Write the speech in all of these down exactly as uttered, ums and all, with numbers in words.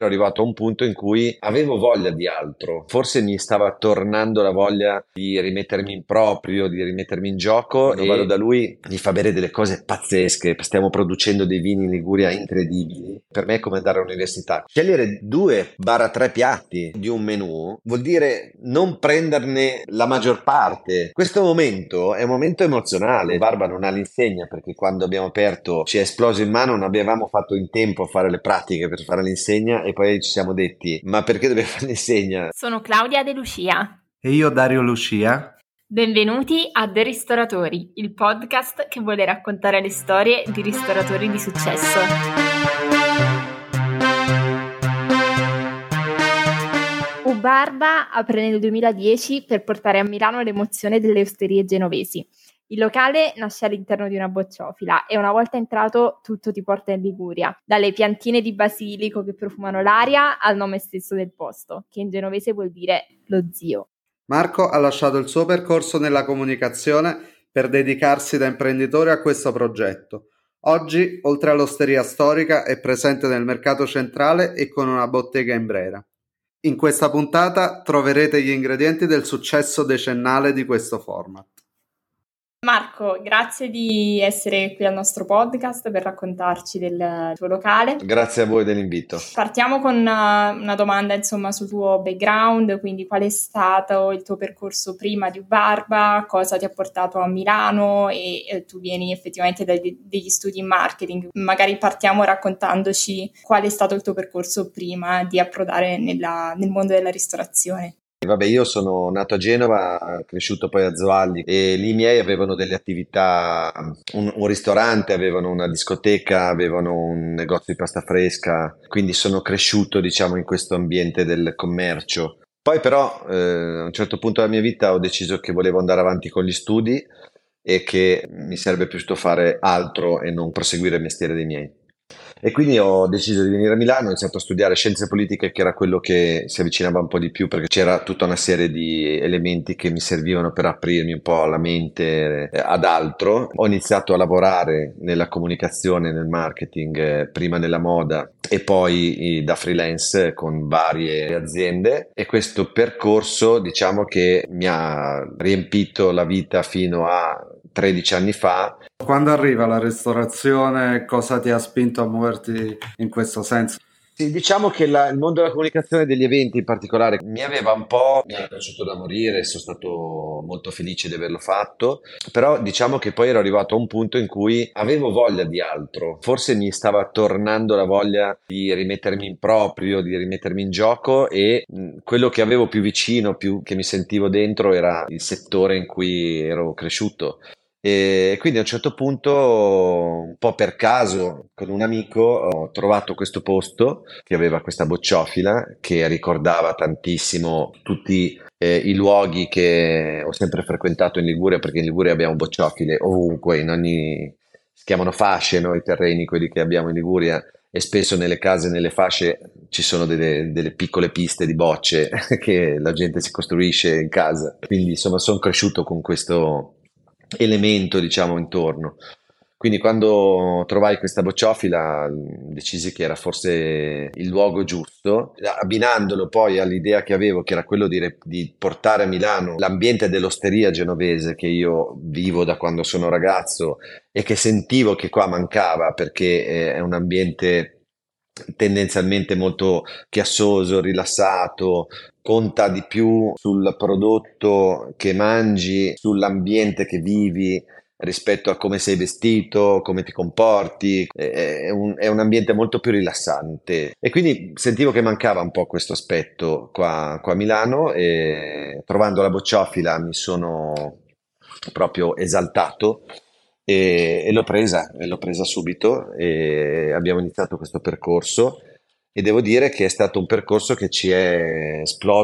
Ero arrivato a un punto in cui avevo voglia di altro, forse mi stava tornando la voglia di rimettermi in proprio, di rimettermi in gioco. Quando e vado da lui mi fa bere delle cose pazzesche, stiamo producendo dei vini in Liguria incredibili. Per me è come andare all'università. Scegliere due barra tre piatti di un menù vuol dire non prenderne la maggior parte. Questo momento è un momento emozionale. Barba non ha l'insegna perché quando abbiamo aperto ci è esploso in mano, non avevamo fatto in tempo a fare le pratiche per fare l'insegna e poi ci siamo detti ma perché dobbiamo fare l'insegna? Sono Claudia De Lucia e io Dario Lucia. Benvenuti a The Ristoratori, il podcast che vuole raccontare le storie di ristoratori di successo. Ubarba apre nel duemiladieci per portare a Milano l'emozione delle osterie genovesi. Il locale nasce all'interno di una bocciofila e una volta entrato tutto ti porta in Liguria, dalle piantine di basilico che profumano l'aria al nome stesso del posto, che in genovese vuol dire lo zio. Marco ha lasciato il suo percorso nella comunicazione per dedicarsi da imprenditore a questo progetto. Oggi, oltre all'osteria storica, è presente nel mercato centrale e con una bottega in Brera. In questa puntata troverete gli ingredienti del successo decennale di questo format. Marco, grazie di essere qui al nostro podcast per raccontarci del tuo locale. Grazie a voi dell'invito. Partiamo con una, una domanda insomma sul tuo background, quindi qual è stato il tuo percorso prima di Ubarba, cosa ti ha portato a Milano e, e tu vieni effettivamente dai, degli studi in marketing. Magari partiamo raccontandoci qual è stato il tuo percorso prima di approdare nella, nel mondo della ristorazione. Vabbè, io sono nato a Genova, cresciuto poi a Zoalli e lì i miei avevano delle attività, un, un ristorante, avevano una discoteca, avevano un negozio di pasta fresca, quindi sono cresciuto, diciamo, in questo ambiente del commercio. Poi però eh, a un certo punto della mia vita ho deciso che volevo andare avanti con gli studi e che mi sarebbe piaciuto fare altro e non proseguire il mestiere dei miei. E quindi ho deciso di venire a Milano, ho iniziato a studiare scienze politiche, che era quello che si avvicinava un po' di più, perché c'era tutta una serie di elementi che mi servivano per aprirmi un po' la mente eh, ad altro. Ho iniziato a lavorare nella comunicazione, nel marketing, eh, prima nella moda e poi eh, da freelance con varie aziende, e questo percorso, diciamo, che mi ha riempito la vita fino a tredici anni fa. Quando arriva la ristorazione, cosa ti ha spinto a muoverti in questo senso? Sì, diciamo che la, il mondo della comunicazione e degli eventi in particolare mi aveva un po', mi era piaciuto da morire, sono stato molto felice di averlo fatto, però diciamo che poi ero arrivato a un punto in cui avevo voglia di altro, forse mi stava tornando la voglia di rimettermi in proprio, di rimettermi in gioco, e mh, quello che avevo più vicino, più che mi sentivo dentro, era il settore in cui ero cresciuto. E quindi a un certo punto, un po' per caso, con un amico ho trovato questo posto che aveva questa bocciofila che ricordava tantissimo tutti eh, i luoghi che ho sempre frequentato in Liguria, perché in Liguria abbiamo bocciofile ovunque, in ogni, si chiamano fasce, no? I terreni, quelli che abbiamo in Liguria, e spesso nelle case, nelle fasce ci sono delle, delle piccole piste di bocce che la gente si costruisce in casa. Quindi insomma sono cresciuto con questo elemento, diciamo, intorno. Quindi quando trovai questa bocciofila decisi che era forse il luogo giusto, abbinandolo poi all'idea che avevo, che era quello di, re- di portare a Milano l'ambiente dell'osteria genovese che io vivo da quando sono ragazzo e che sentivo che qua mancava, perché eh, è un ambiente tendenzialmente molto chiassoso, rilassato, conta di più sul prodotto che mangi, sull'ambiente che vivi rispetto a come sei vestito, come ti comporti. È un, è un ambiente molto più rilassante, e quindi sentivo che mancava un po' questo aspetto qua, qua a Milano, e trovando la bocciofila mi sono proprio esaltato e, e l'ho presa, e l'ho presa subito, e abbiamo iniziato questo percorso, e devo dire che è stato un percorso che ci è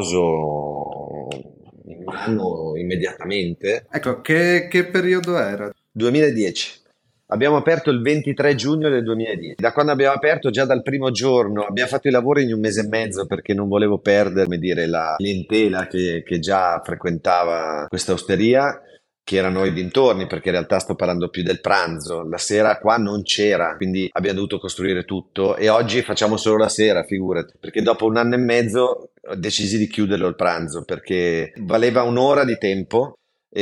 esploso in mano immediatamente. Ecco, che, che periodo era? duemiladieci. Abbiamo aperto il ventitré giugno del duemiladieci. Da quando abbiamo aperto, già dal primo giorno, abbiamo fatto i lavori in un mese e mezzo, perché non volevo perdere, come dire, la clientela che, che già frequentava questa osteria. che erano i dintorni, perché in realtà sto parlando più del pranzo. La sera qua non c'era, quindi abbiamo dovuto costruire tutto e oggi facciamo solo la sera, figurati, perché dopo un anno e mezzo ho deciso di chiuderlo il pranzo perché valeva un'ora di tempo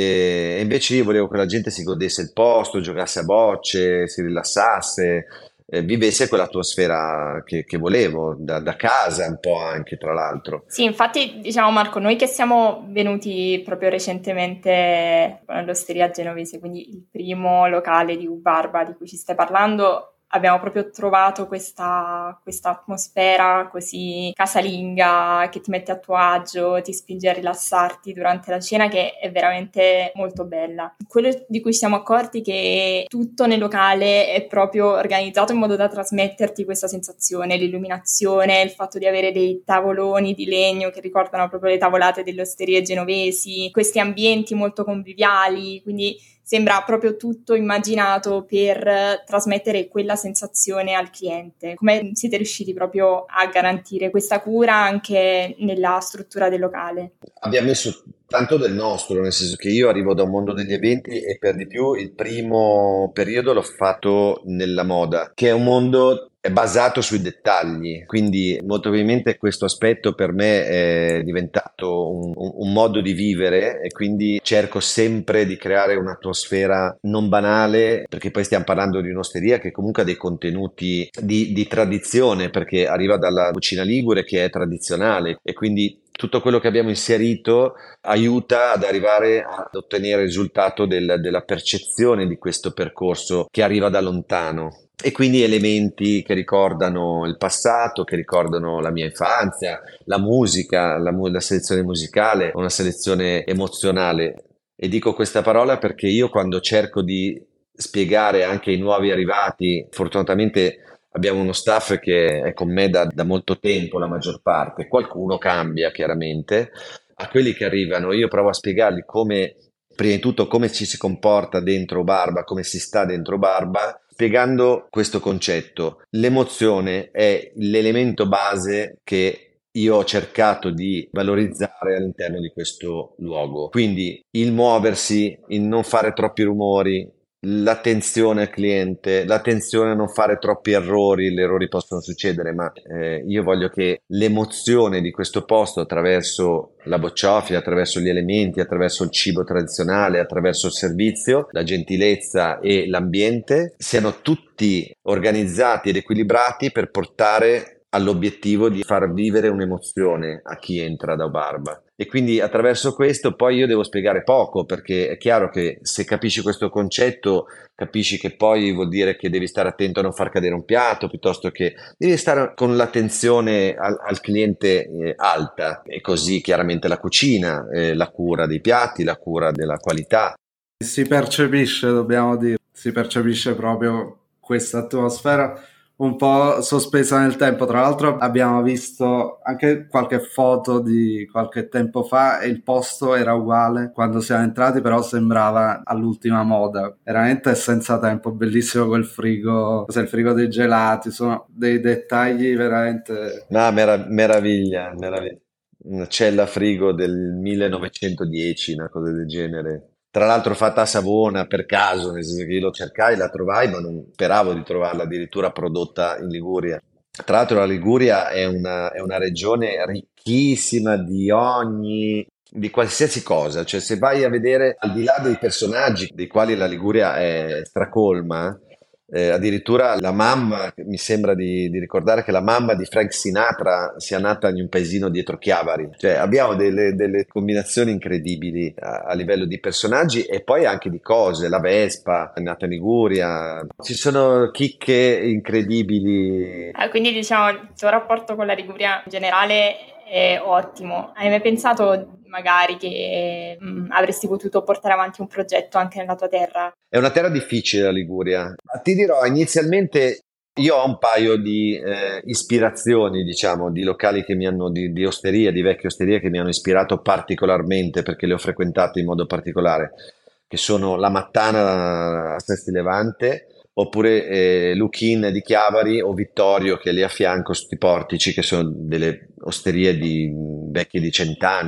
e invece io volevo che la gente si godesse il posto, giocasse a bocce, si rilassasse, eh, vivesse quell'atmosfera che, che volevo, da, da casa un po' anche tra l'altro. Sì, infatti diciamo Marco, noi che siamo venuti proprio recentemente all'Osteria Genovese, quindi il primo locale di Ubarba di cui ci stai parlando, abbiamo proprio trovato questa, questa atmosfera così casalinga che ti mette a tuo agio, ti spinge a rilassarti durante la cena, che è veramente molto bella. Quello di cui ci siamo accorti è che tutto nel locale è proprio organizzato in modo da trasmetterti questa sensazione, l'illuminazione, il fatto di avere dei tavoloni di legno che ricordano proprio le tavolate delle osterie genovesi, questi ambienti molto conviviali, quindi sembra proprio tutto immaginato per trasmettere quella sensazione al cliente. Come siete riusciti proprio a garantire questa cura anche nella struttura del locale? Abbiamo messo tanto del nostro, nel senso che io arrivo da un mondo degli eventi e per di più il primo periodo l'ho fatto nella moda, che è un mondo è basato sui dettagli, quindi molto probabilmente questo aspetto per me è diventato un, un- un modo di vivere e quindi cerco sempre di creare un'atmosfera non banale, perché poi stiamo parlando di un'osteria che comunque ha dei contenuti di, di tradizione, perché arriva dalla cucina ligure che è tradizionale e quindi tutto quello che abbiamo inserito aiuta ad arrivare ad ottenere il risultato del- della percezione di questo percorso che arriva da lontano. E quindi elementi che ricordano il passato, che ricordano la mia infanzia, la musica, la, mu- la selezione musicale, una selezione emozionale. E dico questa parola perché io quando cerco di spiegare anche ai nuovi arrivati, fortunatamente abbiamo uno staff che è con me da, da molto tempo, la maggior parte, qualcuno cambia chiaramente, a quelli che arrivano io provo a spiegargli come, prima di tutto, come ci si comporta dentro Barba, come si sta dentro Barba, spiegando questo concetto. L'emozione è l'elemento base che io ho cercato di valorizzare all'interno di questo luogo. Quindi il muoversi, il non fare troppi rumori, l'attenzione al cliente, l'attenzione a non fare troppi errori, gli errori possono succedere, ma eh, io voglio che l'emozione di questo posto attraverso la bocciofila, attraverso gli elementi, attraverso il cibo tradizionale, attraverso il servizio, la gentilezza e l'ambiente siano tutti organizzati ed equilibrati per portare all'obiettivo di far vivere un'emozione a chi entra da Barba. E quindi attraverso questo poi io devo spiegare poco, perché è chiaro che se capisci questo concetto, capisci che poi vuol dire che devi stare attento a non far cadere un piatto, piuttosto che devi stare con l'attenzione al, al cliente eh, alta, e così chiaramente la cucina, eh, la cura dei piatti, la cura della qualità. Si percepisce, dobbiamo dire, si percepisce proprio questa atmosfera un po' sospesa nel tempo. Tra l'altro abbiamo visto anche qualche foto di qualche tempo fa e il posto era uguale quando siamo entrati, però sembrava all'ultima moda, veramente senza tempo. Bellissimo quel frigo, cos'è il frigo dei gelati, sono dei dettagli veramente... No, mera- meraviglia, meraviglia. Una cella frigo del millenovecentodieci, una cosa del genere. Tra l'altro fatta a Savona per caso, nel senso che io lo cercai, la trovai, ma non speravo di trovarla addirittura prodotta in Liguria. Tra l'altro la Liguria è una, è una regione ricchissima di ogni, di qualsiasi cosa, cioè se vai a vedere al di là dei personaggi dei quali la Liguria è stracolma, eh, addirittura la mamma, mi sembra di, di ricordare che la mamma di Frank Sinatra sia nata in un paesino dietro Chiavari, cioè abbiamo delle, delle combinazioni incredibili a, a livello di personaggi e poi anche di cose, la Vespa è nata in Liguria, ci sono chicche incredibili. Eh, quindi diciamo il tuo rapporto con la Liguria in generale è ottimo. Hai mai pensato magari che mh, avresti potuto portare avanti un progetto anche nella tua terra? È una terra difficile la Liguria. Ma ti dirò, inizialmente io ho un paio di eh, ispirazioni, diciamo, di locali che mi hanno, di, di osterie, di vecchie osterie che mi hanno ispirato particolarmente perché le ho frequentate in modo particolare, che sono la Mattana a Sesti Levante, oppure eh, Luchin di Chiavari o Vittorio che è lì a fianco, sti portici che sono delle osterie di vecchie di cent'anni.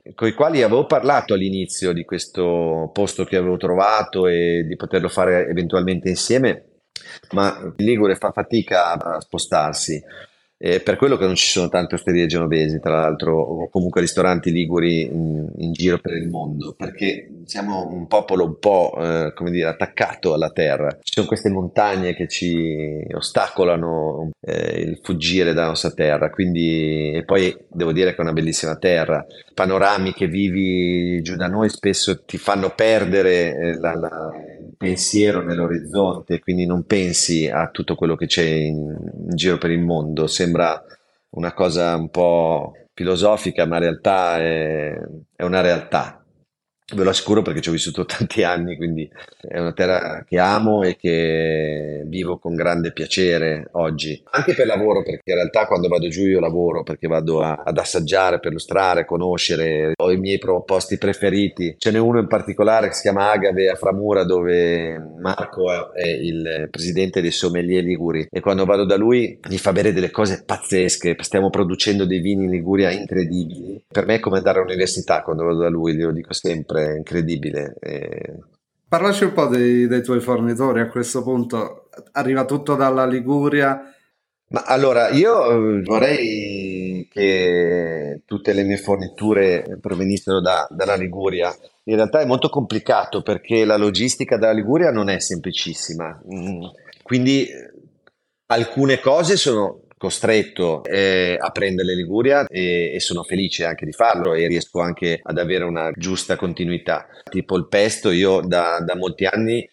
con i quali avevo parlato all'inizio di questo posto che avevo trovato e di poterlo fare eventualmente insieme, ma il Ligure fa fatica a spostarsi. Eh, per quello che non ci sono tante osterie genovesi, tra l'altro, o comunque ristoranti liguri in, in giro per il mondo, perché siamo un popolo un po', eh, come dire, attaccato alla terra. Ci sono queste montagne che ci ostacolano eh, il fuggire dalla nostra terra, quindi, e poi devo dire che è una bellissima terra. Panorami che vivi giù da noi spesso ti fanno perdere eh, la, la, il pensiero nell'orizzonte, quindi non pensi a tutto quello che c'è in, in giro per il mondo. Sembra una cosa un po' filosofica, ma in realtà è, è una realtà. Ve lo assicuro perché ci ho vissuto tanti anni, quindi è una terra che amo e che vivo con grande piacere oggi. Anche per lavoro, perché in realtà quando vado giù io lavoro, perché vado a- ad assaggiare, perlustrare, conoscere, ho i miei pro- posti preferiti. Ce n'è uno in particolare che si chiama Agave a Framura, dove Marco è il presidente dei sommelier liguri e quando vado da lui mi fa bere delle cose pazzesche. Stiamo producendo dei vini in Liguria incredibili. Per me è come andare all'università quando vado da lui, glielo dico sempre, è incredibile. E Parlaci un po' dei, dei tuoi fornitori a questo punto. Arriva tutto dalla Liguria. Ma allora, io eh, vorrei che tutte le mie forniture provenissero da- dalla Liguria. In realtà è molto complicato perché la logistica della Liguria non è semplicissima. Mm, Quindi eh, alcune cose sono costretto eh, a prendere in Liguria e, e sono felice anche di farlo e riesco anche ad avere una giusta continuità. Tipo il pesto, io da da molti anni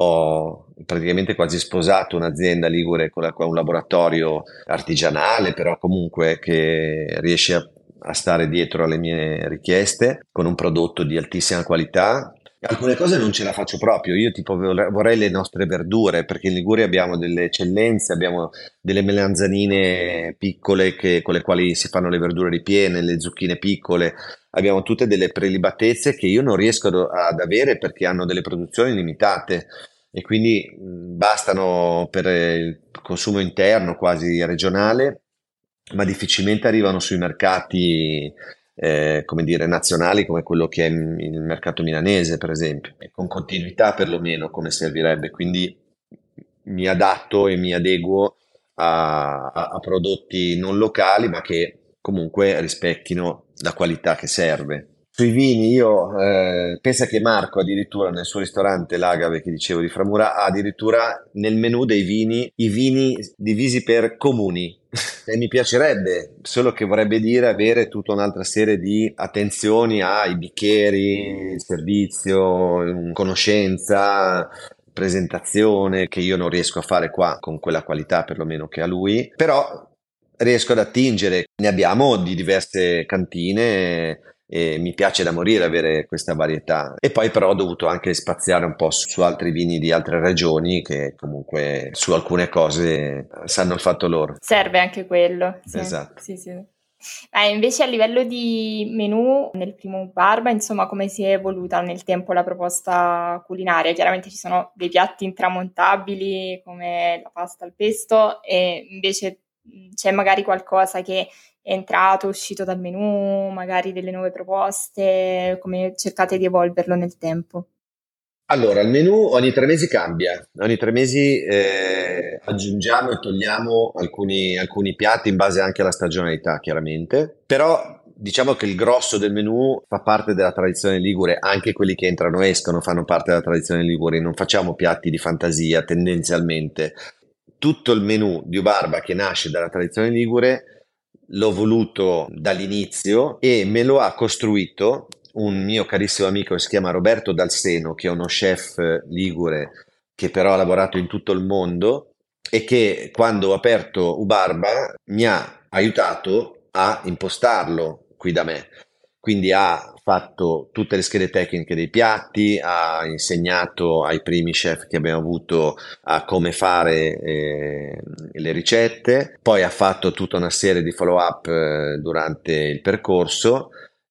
ho praticamente quasi sposato un'azienda ligure con la quale un laboratorio artigianale, però comunque che riesce a, a stare dietro alle mie richieste con un prodotto di altissima qualità. Alcune cose non ce la faccio proprio, io tipo vorrei vorrei le nostre verdure, perché in Liguria abbiamo delle eccellenze, abbiamo delle melanzanine piccole che- con le quali si fanno le verdure ripiene, le zucchine piccole, abbiamo tutte delle prelibatezze che io non riesco ad ad avere perché hanno delle produzioni limitate e quindi mh, bastano per il consumo interno quasi regionale, ma difficilmente arrivano sui mercati, eh, come dire, nazionali come quello che è il il mercato milanese, per esempio, e con continuità perlomeno come servirebbe. Quindi mi adatto e mi adeguo a, a- a prodotti non locali, ma che comunque rispecchino la qualità che serve. Sui vini, io eh, pensa che Marco addirittura nel suo ristorante L'Agave che dicevo di Framura ha addirittura nel menù dei vini i vini divisi per comuni. E mi piacerebbe, solo che vorrebbe dire avere tutta un'altra serie di attenzioni ai bicchieri, il servizio, mm, conoscenza, presentazione, che io non riesco a fare qua con quella qualità perlomeno che ha lui, però riesco ad attingere. Ne abbiamo di diverse cantine e mi piace da morire avere questa varietà. E poi però ho dovuto anche spaziare un po' su, su altri vini di altre regioni che comunque su alcune cose sanno il fatto loro. Serve anche quello, sì, Esatto. sì, sì. Eh, invece a livello di menù, nel primo Barba, insomma, come si è evoluta nel tempo la proposta culinaria? Chiaramente ci sono dei piatti intramontabili come la pasta al pesto e invece mh, c'è magari qualcosa che è entrato, uscito dal menù, magari delle nuove proposte, come cercate di evolverlo nel tempo? Allora, il menù ogni tre mesi cambia, ogni tre mesi eh, aggiungiamo e togliamo alcuni, alcuni piatti in base anche alla stagionalità, chiaramente, però diciamo che il grosso del menù fa parte della tradizione ligure, anche quelli che entrano e escono fanno parte della tradizione ligure, non facciamo piatti di fantasia tendenzialmente. Tutto il menù di Ubarba che nasce dalla tradizione ligure l'ho voluto dall'inizio e me lo ha costruito un mio carissimo amico che si chiama Roberto Dalseno, che è uno chef ligure che però ha lavorato in tutto il mondo e che quando ho aperto Ubarba mi ha aiutato a impostarlo qui da me. Quindi ha fatto tutte le schede tecniche dei piatti, ha insegnato ai primi chef che abbiamo avuto a come fare eh, le ricette, poi ha fatto tutta una serie di follow-up eh, durante il percorso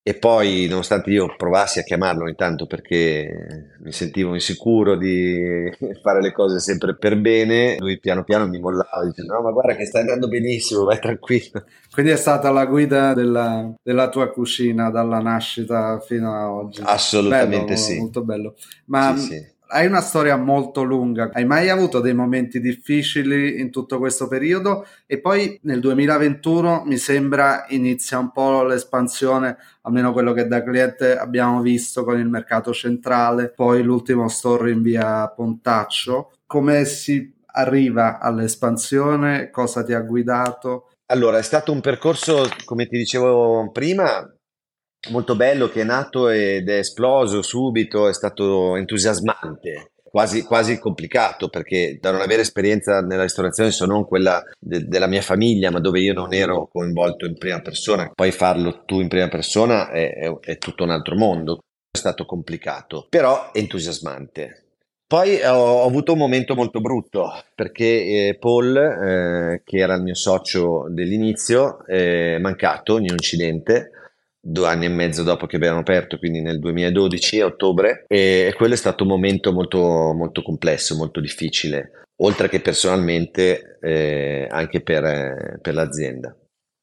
E poi, nonostante io provassi a chiamarlo ogni tanto perché mi sentivo insicuro di fare le cose sempre per bene, lui piano piano mi mollava dicendo: no, ma guarda che stai andando benissimo, vai tranquillo. Quindi è stata la guida della, della tua cucina dalla nascita fino a oggi. Bello, Assolutamente mo- sì. molto bello. Ma Sì, mh, sì. hai una storia molto lunga. Hai mai avuto dei momenti difficili in tutto questo periodo? E poi nel duemilaventuno mi sembra inizia un po' l'espansione, almeno quello che da cliente abbiamo visto con il mercato centrale, poi l'ultimo store in via Pontaccio. Come si arriva all'espansione? Cosa ti ha guidato? Allora, è stato un percorso, come ti dicevo prima, molto bello che è nato ed è esploso subito, è stato entusiasmante, quasi, quasi complicato perché da non avere esperienza nella ristorazione se non quella de- della mia famiglia, ma dove io non ero coinvolto in prima persona, poi farlo tu in prima persona è, è- è tutto un altro mondo. È stato complicato, però entusiasmante. Poi ho, ho avuto un momento molto brutto perché eh, Paul, eh, che era il mio socio dell'inizio, è mancato in un incidente due anni e mezzo dopo che abbiamo aperto, quindi nel duemiladodici, a ottobre, e quello è stato un momento molto, molto complesso, molto difficile, oltre che personalmente, eh, anche per, eh, per l'azienda.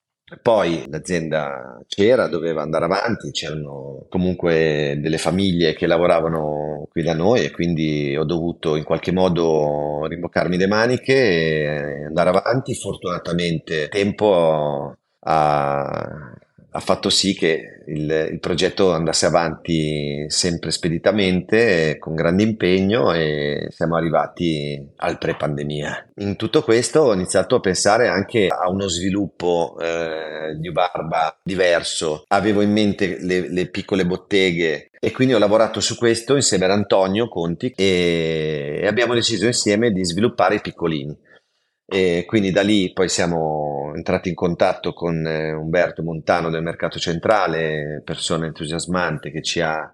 Poi l'azienda c'era, doveva andare avanti, c'erano comunque delle famiglie che lavoravano qui da noi e quindi ho dovuto in qualche modo rimboccarmi le maniche e andare avanti. Fortunatamente il tempo ha, ha fatto sì che il, il progetto andasse avanti sempre speditamente, con grande impegno e siamo arrivati al pre-pandemia. In tutto questo ho iniziato a pensare anche a uno sviluppo eh, di Ubarba diverso. Avevo in mente le, le piccole botteghe e quindi ho lavorato su questo insieme ad Antonio Conti e, e abbiamo deciso insieme di sviluppare i piccolini. E quindi da lì poi siamo entrati in contatto con eh, Umberto Montano del Mercato Centrale, persona entusiasmante che ci ha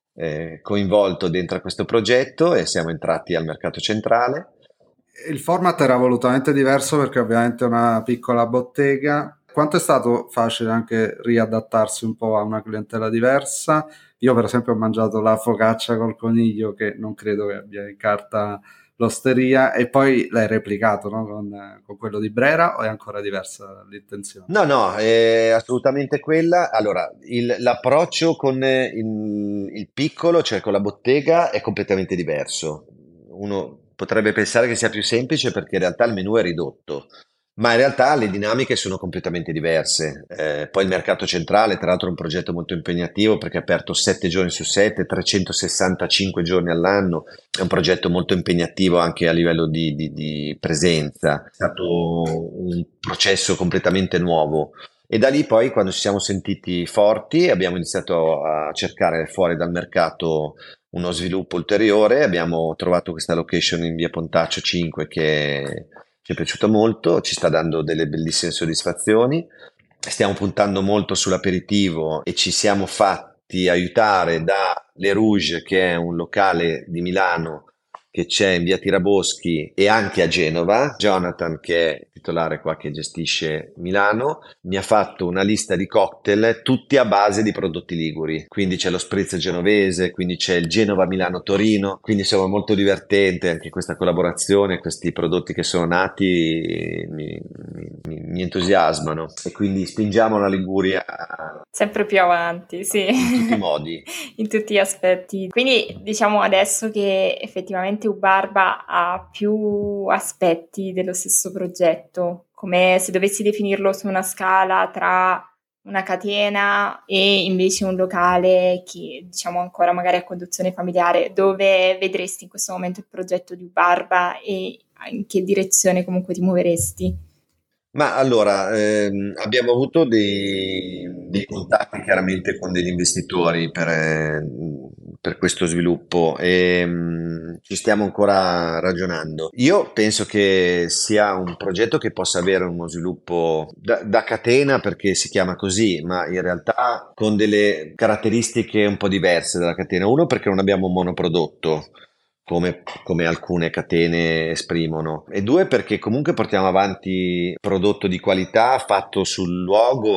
eh, coinvolto dentro a questo progetto e siamo entrati al Mercato Centrale. Il format era volutamente diverso perché ovviamente è una piccola bottega. Quanto è stato facile anche riadattarsi un po' a una clientela diversa? Io per esempio ho mangiato la focaccia col coniglio che non credo che abbia in carta l'osteria e poi l'hai replicato, no? con, con quello di Brera o è ancora diversa l'intenzione? No, no, è assolutamente quella. Allora, il- l'approccio con eh, il, il piccolo, cioè con la bottega, è completamente diverso. Uno potrebbe pensare che sia più semplice perché in realtà il menù è ridotto, ma in realtà le dinamiche sono completamente diverse. Eh, poi il mercato centrale, tra l'altro, è un progetto molto impegnativo perché è aperto sette giorni su sette, trecentosessantacinque giorni all'anno. È un progetto molto impegnativo anche a livello di, di- di presenza. È stato un processo completamente nuovo. E da lì poi, quando ci siamo sentiti forti, abbiamo iniziato a cercare fuori dal mercato uno sviluppo ulteriore. Abbiamo trovato questa location in via Pontaccio cinque che ci è piaciuta molto, ci sta dando delle bellissime soddisfazioni. Stiamo puntando molto sull'aperitivo e ci siamo fatti aiutare da Le Rouge, che è un locale di Milano che c'è in via Tiraboschi e anche a Genova. Jonathan, che è titolare qua che gestisce Milano, mi ha fatto una lista di cocktail tutti a base di prodotti liguri. Quindi c'è lo spritz genovese, quindi c'è il Genova Milano Torino. Quindi insomma molto divertente anche questa collaborazione, questi prodotti che sono nati mi, mi- mi entusiasmano e quindi spingiamo la Liguria Sempre più avanti, sì, in tutti i modi. in tutti gli aspetti. Quindi diciamo adesso che effettivamente Ubarba ha più aspetti dello stesso progetto, come se dovessi definirlo su una scala tra una catena e invece un locale che diciamo ancora magari a conduzione familiare, dove vedresti in questo momento il progetto di Ubarba e in che direzione comunque ti muoveresti? Ma allora, ehm, abbiamo avuto dei, dei contatti chiaramente con degli investitori per, eh, per questo sviluppo e mm, ci stiamo ancora ragionando. Io penso che sia un progetto che possa avere uno sviluppo da, da catena perché si chiama così, ma in realtà con delle caratteristiche un po' diverse dalla catena. Uno, perché non abbiamo un monoprodotto come, come alcune catene esprimono, e due perché comunque portiamo avanti prodotto di qualità fatto sul luogo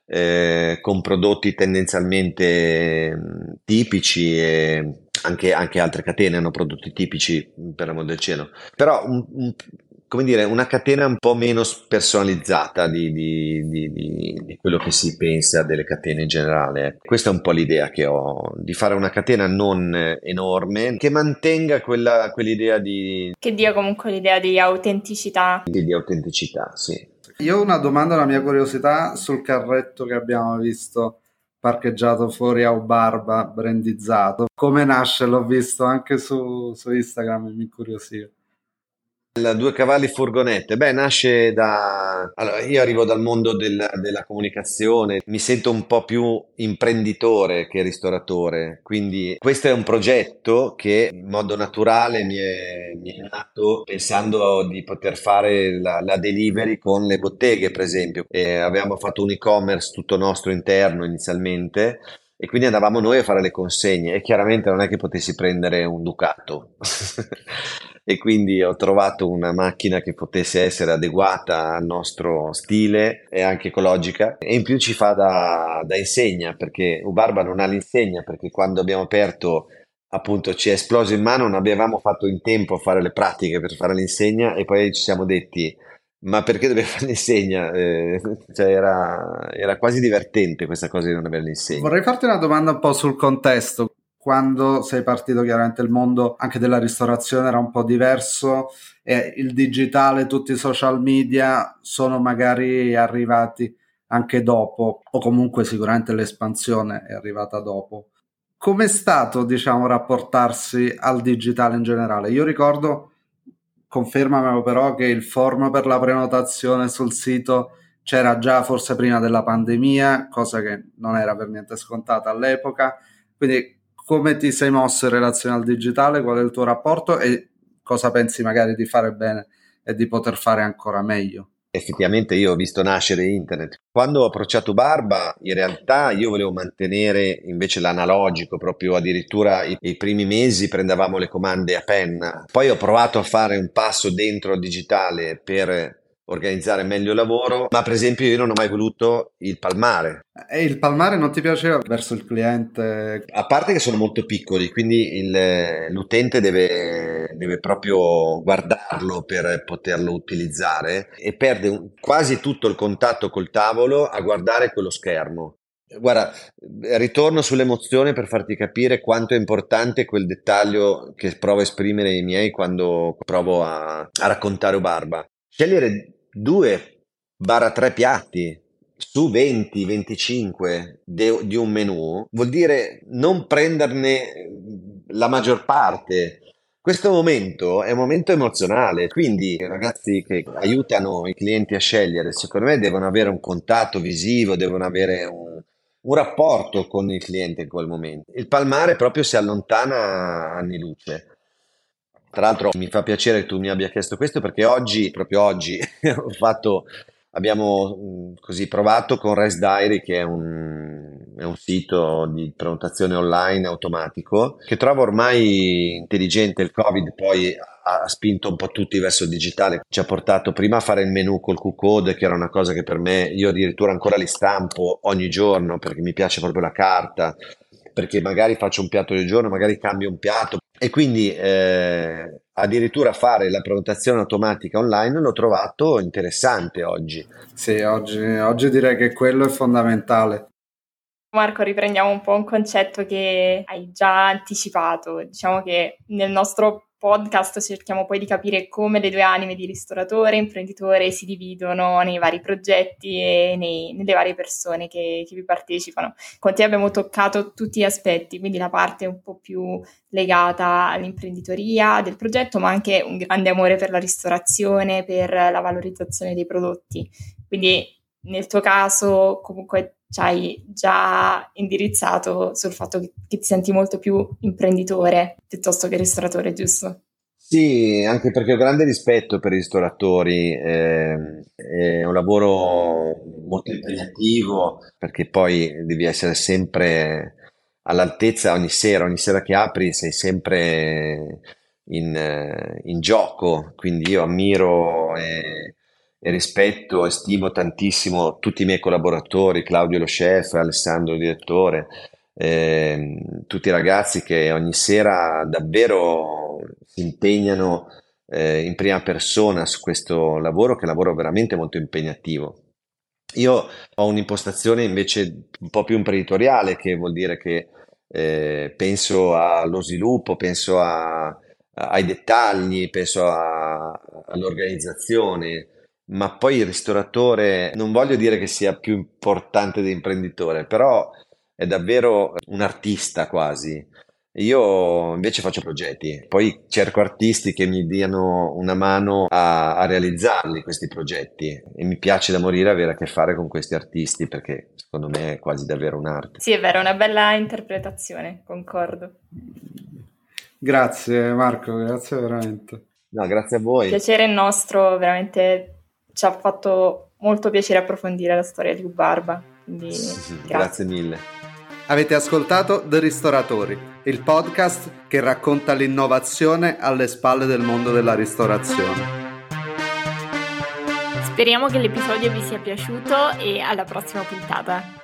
eh, con prodotti tendenzialmente mh, tipici e anche, anche altre catene hanno prodotti tipici, per amor del cielo. Però un- un- come dire, una catena un po' meno personalizzata di, di- di- di- di quello che si pensa delle catene in generale. Ecco. Questa è un po' l'idea che ho, di fare una catena non eh, enorme, che mantenga quella, quell'idea di, Che dia comunque l'idea di autenticità. di- di autenticità, sì. Io ho una domanda, una mia curiosità sul carretto che abbiamo visto parcheggiato fuori a Ubarba, brandizzato. Come nasce? L'ho visto anche su, su Instagram e mi incuriosiva. La due cavalli furgonette, beh, nasce da... Allora, io arrivo dal mondo del- della comunicazione, mi sento un po' più imprenditore che ristoratore, quindi questo è un progetto che in modo naturale mi è, mi è nato pensando di poter fare la, la delivery con le botteghe, per esempio. E avevamo fatto un e-commerce tutto nostro interno inizialmente. E quindi andavamo noi a fare le consegne e chiaramente non è che potessi prendere un Ducato e quindi ho trovato una macchina che potesse essere adeguata al nostro stile e anche ecologica e in più ci fa da, da insegna perché Ubarba non ha l'insegna perché quando abbiamo aperto appunto ci è esploso in mano, non avevamo fatto in tempo a fare le pratiche per fare l'insegna e poi ci siamo detti ma perché dovevo fare l'insegna? Eh, cioè era, era quasi divertente questa cosa di non avere l'insegna. Vorrei farti una domanda un po' sul contesto. Quando sei partito, chiaramente il mondo anche della ristorazione era un po' diverso e il digitale, tutti i social media sono magari arrivati anche dopo, o comunque sicuramente l'espansione è arrivata dopo. Com'è stato, diciamo, rapportarsi al digitale in generale? Io ricordo, confermamelo però, che il form per la prenotazione sul sito c'era già forse prima della pandemia, cosa che non era per niente scontata all'epoca. Quindi come ti sei mosso in relazione al digitale? Qual è il tuo rapporto e cosa pensi magari di fare bene e di poter fare ancora meglio? Effettivamente io ho visto nascere internet. Quando ho approcciato Barba, in realtà io volevo mantenere invece l'analogico, proprio addirittura i, i primi mesi prendevamo le comande a penna. Poi ho provato a fare un passo dentro al digitale per organizzare meglio il lavoro, ma per esempio io non ho mai voluto il palmare. E il palmare non ti piaceva verso il cliente? A parte che sono molto piccoli, quindi il- l'utente deve, deve proprio guardarlo per poterlo utilizzare e perde un- quasi tutto il contatto col tavolo a guardare quello schermo. Guarda, ritorno sull'emozione per farti capire quanto è importante quel dettaglio che provo a esprimere ai miei quando provo a, a raccontare Barba. Scegliere due barra tre piatti su venti venticinque de- di un menù vuol dire non prenderne la maggior parte. Questo momento è un momento emozionale, quindi i ragazzi che aiutano i clienti a scegliere, secondo me devono avere un contatto visivo, devono avere un, un rapporto con il cliente in quel momento. Il palmare proprio si allontana anni luce. Tra l'altro mi fa piacere che tu mi abbia chiesto questo perché oggi, proprio oggi, ho fatto, abbiamo mh, così provato con Rest Diary, che è un, è un sito di prenotazione online automatico, che trovo ormai intelligente. Il Covid poi ha, ha spinto un po' tutti verso il digitale, ci ha portato prima a fare il menu col Q-code, che era una cosa che per me, io addirittura ancora li stampo ogni giorno perché mi piace proprio la carta, perché magari faccio un piatto del giorno, magari cambio un piatto e quindi eh, addirittura fare la prenotazione automatica online l'ho trovato interessante oggi. Sì, oggi, oggi direi che quello è fondamentale. Marco, riprendiamo un po' un concetto che hai già anticipato. Diciamo che nel nostro podcast cerchiamo poi di capire come le due anime di ristoratore e imprenditore si dividono nei vari progetti e nei, nelle varie persone che, che vi partecipano. Con te abbiamo toccato tutti gli aspetti, quindi la parte un po' più legata all'imprenditoria del progetto, ma anche un grande amore per la ristorazione, per la valorizzazione dei prodotti. Quindi nel tuo caso comunque ci hai già indirizzato sul fatto che, che ti senti molto più imprenditore piuttosto che ristoratore, giusto? Sì, anche perché ho grande rispetto per i ristoratori, ehm, è un lavoro molto impegnativo perché poi devi essere sempre all'altezza ogni sera, ogni sera che apri sei sempre in, eh, in gioco, quindi io ammiro e, e rispetto e stimo tantissimo tutti i miei collaboratori, Claudio lo chef, Alessandro il direttore, ehm, tutti i ragazzi che ogni sera davvero si impegnano eh, in prima persona su questo lavoro, che è un lavoro veramente molto impegnativo. Io ho un'impostazione invece un po' più imprenditoriale, che vuol dire che eh, penso allo sviluppo, penso a- ai dettagli, penso a- all'organizzazione, ma poi il ristoratore non voglio dire che sia più importante dell'imprenditore, però è davvero un artista quasi. Io invece faccio progetti, poi cerco artisti che mi diano una mano a, a realizzarli questi progetti e mi piace da morire avere a che fare con questi artisti perché secondo me è quasi davvero un'arte. Sì, è vero, è una bella interpretazione, concordo. Grazie Marco, grazie veramente. No, grazie a voi. Piacere nostro, veramente ci ha fatto molto piacere approfondire la storia di Ubarba, quindi Grazie grazie. mille. Avete ascoltato The Ristoratori, il podcast che racconta l'innovazione alle spalle del mondo della ristorazione. Speriamo che l'episodio vi sia piaciuto e alla prossima puntata.